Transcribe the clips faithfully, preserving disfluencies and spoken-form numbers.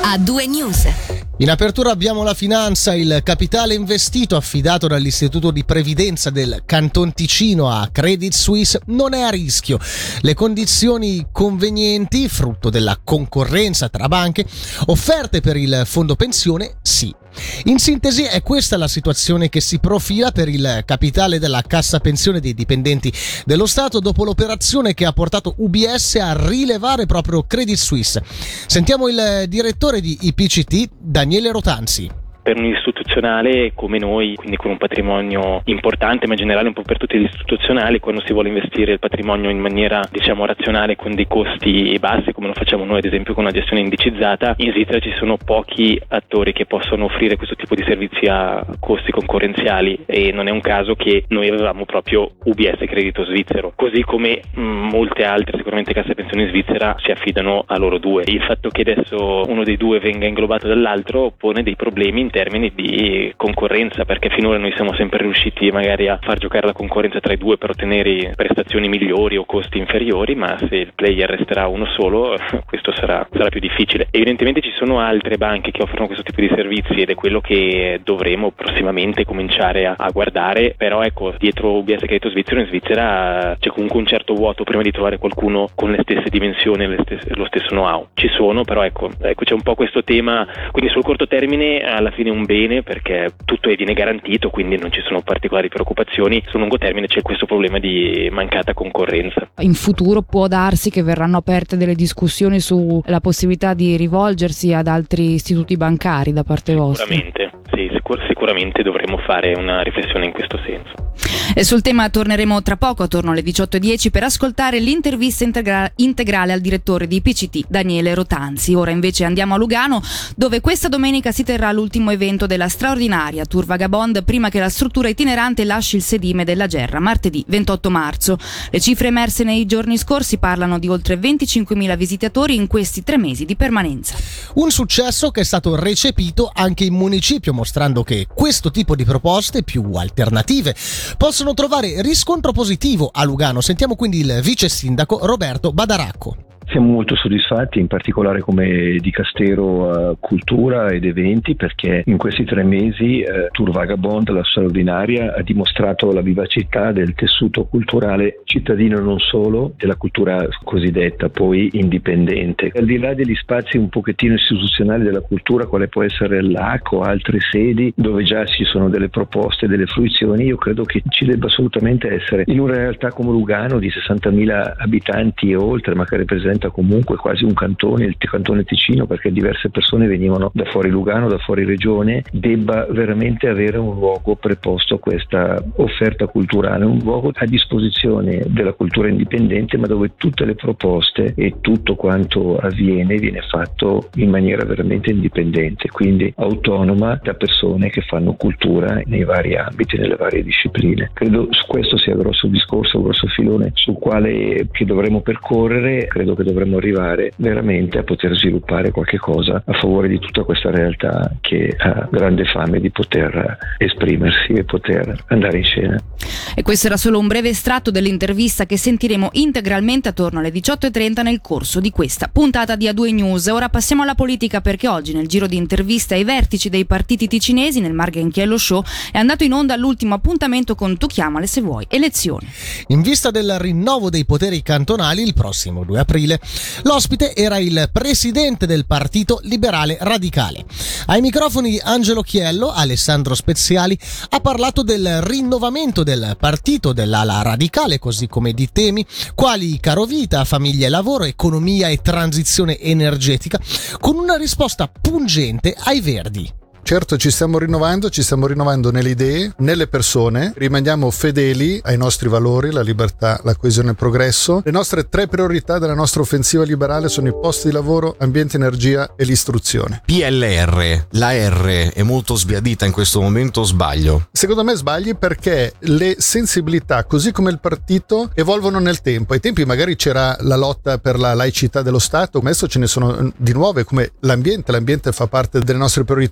A due News. In apertura abbiamo la finanza. Il capitale investito affidato dall'Istituto di Previdenza del Canton Ticino a Credit Suisse non è a rischio. Le condizioni convenienti, frutto della concorrenza tra banche, offerte per il fondo pensione, sì. In sintesi, è questa la situazione che si profila per il capitale della cassa pensione dei dipendenti dello Stato dopo l'operazione che ha portato U B S a rilevare proprio Credit Suisse. Sentiamo il direttore di I P C T, Daniele Rotanzi. Per un istituzionale come noi, quindi con un patrimonio importante, ma in generale un po' per tutti gli istituzionali, quando si vuole investire il patrimonio in maniera, diciamo, razionale, con dei costi bassi, come lo facciamo noi ad esempio con una gestione indicizzata, in Svizzera ci sono pochi attori che possono offrire questo tipo di servizi a costi concorrenziali, e non è un caso che noi avevamo proprio U B S Credito Svizzero, così come mh, molte altre sicuramente casse pensioni in Svizzera si affidano a loro due. Il fatto che adesso uno dei due venga inglobato dall'altro pone dei problemi in termini di concorrenza, perché finora noi siamo sempre riusciti magari a far giocare la concorrenza tra i due per ottenere prestazioni migliori o costi inferiori, ma se il player resterà uno solo questo sarà, sarà più difficile. Evidentemente ci sono altre banche che offrono questo tipo di servizi ed è quello che dovremo prossimamente cominciare a, a guardare, però ecco, dietro U B S Credito Svizzero in Svizzera c'è comunque un certo vuoto prima di trovare qualcuno con le stesse dimensioni e le stesse, lo stesso know-how. Ci sono, però ecco, ecco c'è un po' questo tema, quindi sul corto termine alla fine un bene perché tutto viene garantito, quindi non ci sono particolari preoccupazioni. Sul lungo termine c'è questo problema di mancata concorrenza. In futuro può darsi che verranno aperte delle discussioni sulla possibilità di rivolgersi ad altri istituti bancari da parte vostra? Sicuramente, sì, sicur- sicuramente dovremo fare una riflessione in questo senso. E sul tema torneremo tra poco attorno alle diciotto e dieci per ascoltare l'intervista integra- integrale al direttore di I P C T, Daniele Rotanzi. Ora invece andiamo a Lugano, dove questa domenica si terrà l'ultimo evento della straordinaria Tour Vagabond prima che la struttura itinerante lasci il sedime della Gerra, martedì ventotto marzo. Le cifre emerse nei giorni scorsi parlano di oltre venticinquemila visitatori in questi tre mesi di permanenza. Un successo che è stato recepito anche in municipio, mostrando che questo tipo di proposte più alternative possono trovare riscontro positivo a Lugano. Sentiamo quindi il vice sindaco Roberto Badaracco. Siamo molto soddisfatti, in particolare come Dicastero uh, Cultura ed Eventi, perché in questi tre mesi uh, Tour Vagabond, la straordinaria, ha dimostrato la vivacità del tessuto culturale cittadino, non solo della cultura cosiddetta poi indipendente. Al di là degli spazi un pochettino istituzionali della cultura, quale può essere l'A C o altre sedi dove già ci sono delle proposte, delle fruizioni, io credo che ci debba assolutamente essere in una realtà come Lugano di sessantamila abitanti e oltre, ma che rappresenta comunque quasi un cantone, il cantone Ticino, perché diverse persone venivano da fuori Lugano, da fuori regione, debba veramente avere un luogo preposto a questa offerta culturale, un luogo a disposizione della cultura indipendente, ma dove tutte le proposte e tutto quanto avviene viene fatto in maniera veramente indipendente, quindi autonoma da persone che fanno cultura nei vari ambiti, nelle varie discipline. Credo su questo sia un grosso discorso, un grosso filone sul quale che dovremo percorrere. Credo che dovremmo arrivare veramente a poter sviluppare qualche cosa a favore di tutta questa realtà che ha grande fame di poter esprimersi e poter andare in scena. E questo era solo un breve estratto dell'intervista che sentiremo integralmente attorno alle diciotto e trenta nel corso di questa puntata di A due News. Ora passiamo alla politica, perché oggi nel giro di interviste ai vertici dei partiti ticinesi nel Marghenchiello Show è andato in onda l'ultimo appuntamento con Tu chiamale se vuoi elezioni. In vista del rinnovo dei poteri cantonali il prossimo due aprile, l'ospite era il presidente del Partito Liberale Radicale. Ai microfoni di Angelo Chiello, Alessandro Speziali ha parlato del rinnovamento del partito dell'ala radicale, così come di temi quali carovita, famiglia e lavoro, economia e transizione energetica, con una risposta pungente ai Verdi. Certo, ci stiamo rinnovando, ci stiamo rinnovando nelle idee, nelle persone, rimaniamo fedeli ai nostri valori, la libertà, la coesione e il progresso. Le nostre tre priorità della nostra offensiva liberale sono i posti di lavoro, ambiente, energia e l'istruzione. P L R, la R è molto sbiadita in questo momento, o sbaglio? Secondo me sbagli, perché le sensibilità, così come il partito, evolvono nel tempo. Ai tempi magari c'era la lotta per la laicità dello Stato, adesso ce ne sono di nuove, come l'ambiente, l'ambiente fa parte delle nostre priorità, l'istruzione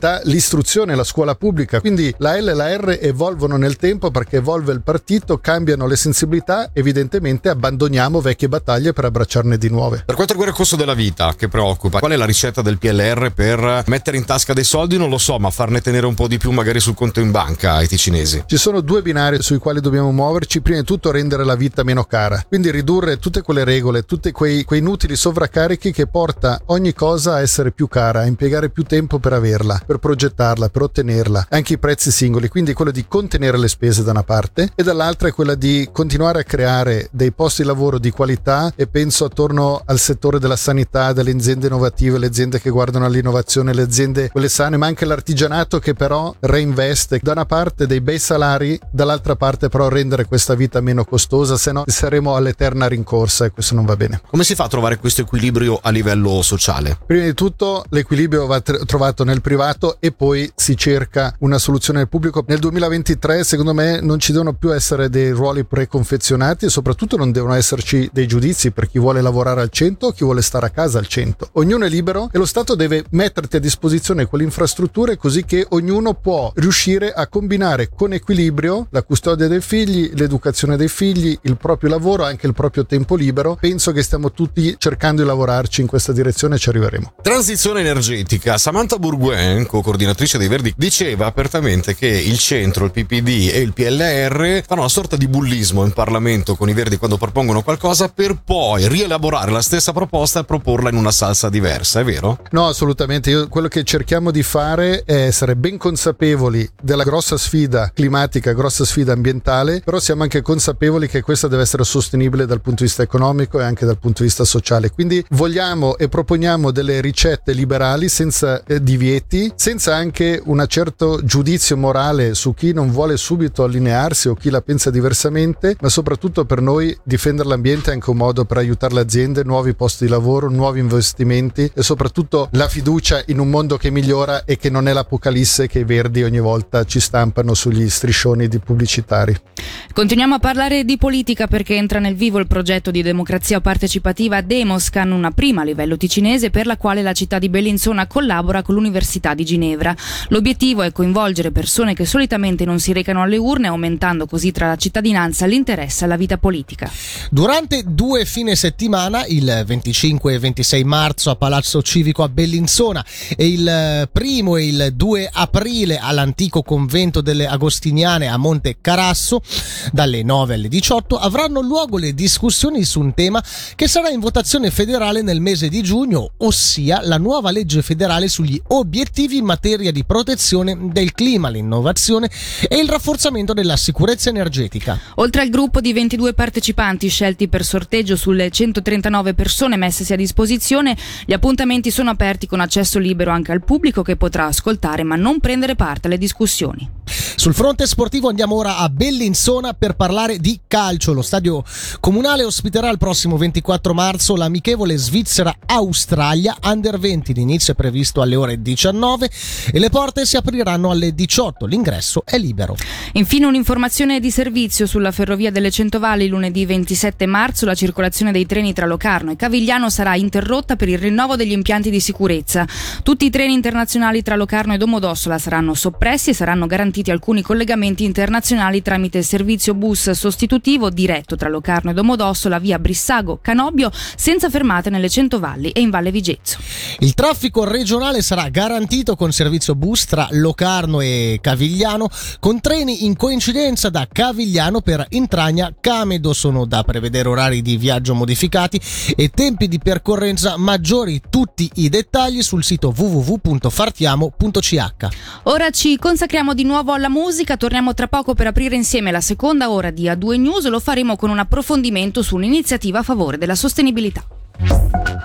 l'istruzione, la scuola pubblica, quindi la L e la R evolvono nel tempo perché evolve il partito, cambiano le sensibilità, evidentemente abbandoniamo vecchie battaglie per abbracciarne di nuove. Per quanto riguarda il costo della vita, che preoccupa, qual è la ricetta del P L R per mettere in tasca dei soldi? Non lo so, ma farne tenere un po' di più magari sul conto in banca ai ticinesi. Ci sono due binari sui quali dobbiamo muoverci. Prima di tutto rendere la vita meno cara, quindi ridurre tutte quelle regole, tutti quei, quei inutili sovraccarichi che porta ogni cosa a essere più cara, a impiegare più tempo per averla, per progettarla, per ottenerla, anche i prezzi singoli, quindi quello di contenere le spese da una parte e dall'altra è quella di continuare a creare dei posti di lavoro di qualità, e penso attorno al settore della sanità, delle aziende innovative, le aziende che guardano all'innovazione, le aziende quelle sane, ma anche l'artigianato che però reinveste, da una parte dei bei salari, dall'altra parte però rendere questa vita meno costosa, se no saremo all'eterna rincorsa e questo non va bene. Come si fa a trovare questo equilibrio a livello sociale? Prima di tutto l'equilibrio va tr- trovato nel privato e poi si cerca una soluzione nel pubblico. Nel duemilaventitré secondo me non ci devono più essere dei ruoli preconfezionati e soprattutto non devono esserci dei giudizi per chi vuole lavorare al cento o chi vuole stare a casa al cento. Ognuno è libero e lo Stato deve metterti a disposizione quelle infrastrutture così che ognuno può riuscire a combinare con equilibrio la custodia dei figli, l'educazione dei figli, il proprio lavoro, anche il proprio tempo libero. Penso che stiamo tutti cercando di lavorarci in questa direzione e ci arriveremo. Transizione energetica. Samantha Bourgoin, co-coordinatrice dei Verdi, diceva apertamente che il centro, il P P D e il P L R fanno una sorta di bullismo in Parlamento con i Verdi quando propongono qualcosa per poi rielaborare la stessa proposta e proporla in una salsa diversa, è vero? No, assolutamente. Io, quello che cerchiamo di fare è essere ben consapevoli della grossa sfida climatica, grossa sfida ambientale, però siamo anche consapevoli che questa deve essere sostenibile dal punto di vista economico e anche dal punto di vista sociale. Quindi vogliamo e proponiamo delle ricette liberali senza eh, divieti, senza anche un certo giudizio morale su chi non vuole subito allinearsi o chi la pensa diversamente, ma soprattutto per noi difendere l'ambiente è anche un modo per aiutare le aziende, nuovi posti di lavoro, nuovi investimenti e soprattutto la fiducia in un mondo che migliora e che non è l'apocalisse che i Verdi ogni volta ci stampano sugli striscioni di pubblicitari. Continuiamo a parlare di politica perché entra nel vivo il progetto di democrazia partecipativa Demoscan, una prima a livello ticinese per la quale la città di Bellinzona collabora con l'Università di Ginevra. L'obiettivo è coinvolgere persone che solitamente non si recano alle urne, aumentando così tra la cittadinanza l'interesse alla vita politica. Durante due fine settimana, il venticinque e ventisei marzo a Palazzo Civico a Bellinzona e il primo e il due aprile all'antico convento delle Agostiniane a Monte Carasso, dalle nove alle diciotto, avranno luogo le discussioni su un tema che sarà in votazione federale nel mese di giugno, ossia la nuova legge federale sugli obiettivi in materia di protezione del clima, l'innovazione e il rafforzamento della sicurezza energetica. Oltre al gruppo di ventidue partecipanti scelti per sorteggio sulle centotrentanove persone messesi a disposizione, gli appuntamenti sono aperti con accesso libero anche al pubblico che potrà ascoltare ma non prendere parte alle discussioni. Sul fronte sportivo andiamo ora a Bellinzona per parlare di calcio. Lo stadio comunale ospiterà il prossimo ventiquattro marzo l'amichevole Svizzera-Australia Under venti. L'inizio è previsto alle ore diciannove e le porte si apriranno alle diciotto. L'ingresso è libero. Infine un'informazione di servizio sulla ferrovia delle Centovalli. Lunedì ventisette marzo la circolazione dei treni tra Locarno e Cavigliano sarà interrotta per il rinnovo degli impianti di sicurezza. Tutti i treni internazionali tra Locarno e Domodossola saranno soppressi e saranno garantiti alcuni collegamenti internazionali tramite servizio bus sostitutivo diretto tra Locarno e Domodossola via Brissago, Canobbio, senza fermate nelle Centovalli e in Valle Vigezzo. Il traffico regionale sarà garantito con servizio bus tra Locarno e Cavigliano, con treni in coincidenza da Cavigliano per Intragna Camedo. Sono da prevedere orari di viaggio modificati e tempi di percorrenza maggiori. Tutti i dettagli sul sito w w w punto fartiamo punto c h. Ora ci consacriamo di nuovo alla musica, torniamo tra poco per aprire insieme la seconda ora di A due News. Lo faremo con un approfondimento su un'iniziativa a favore della sostenibilità.